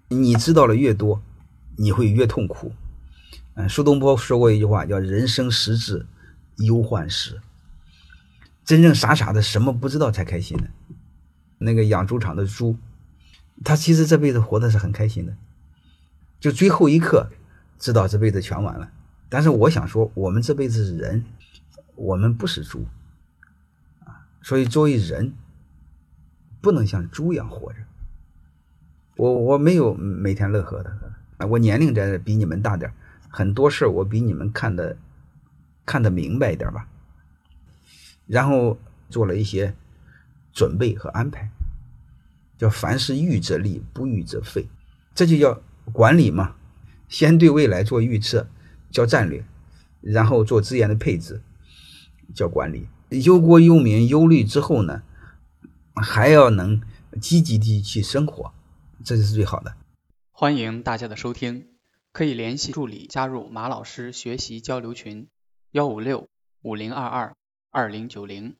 你知道了越多，你会越痛苦。苏东坡说过一句话，叫人生实至忧患时。真正傻傻的什么不知道才开心呢。那个养猪场的猪，他其实这辈子活的是很开心的，就最后一刻知道这辈子全完了。但是我想说，我们这辈子是人，我们不是猪所以作为人不能像猪一样活着。我没有每天乐呵的，我年龄在比你们大点，很多事我比你们看得明白一点吧，然后做了一些准备和安排，叫凡事预则立，不预则废，这就叫管理嘛。先对未来做预测叫战略，然后做资源的配置叫管理。忧国忧民忧虑之后呢，还要能积极地去生活，这是最好的。 欢迎大家的收听，可以联系助理加入马老师学习交流群15650222090。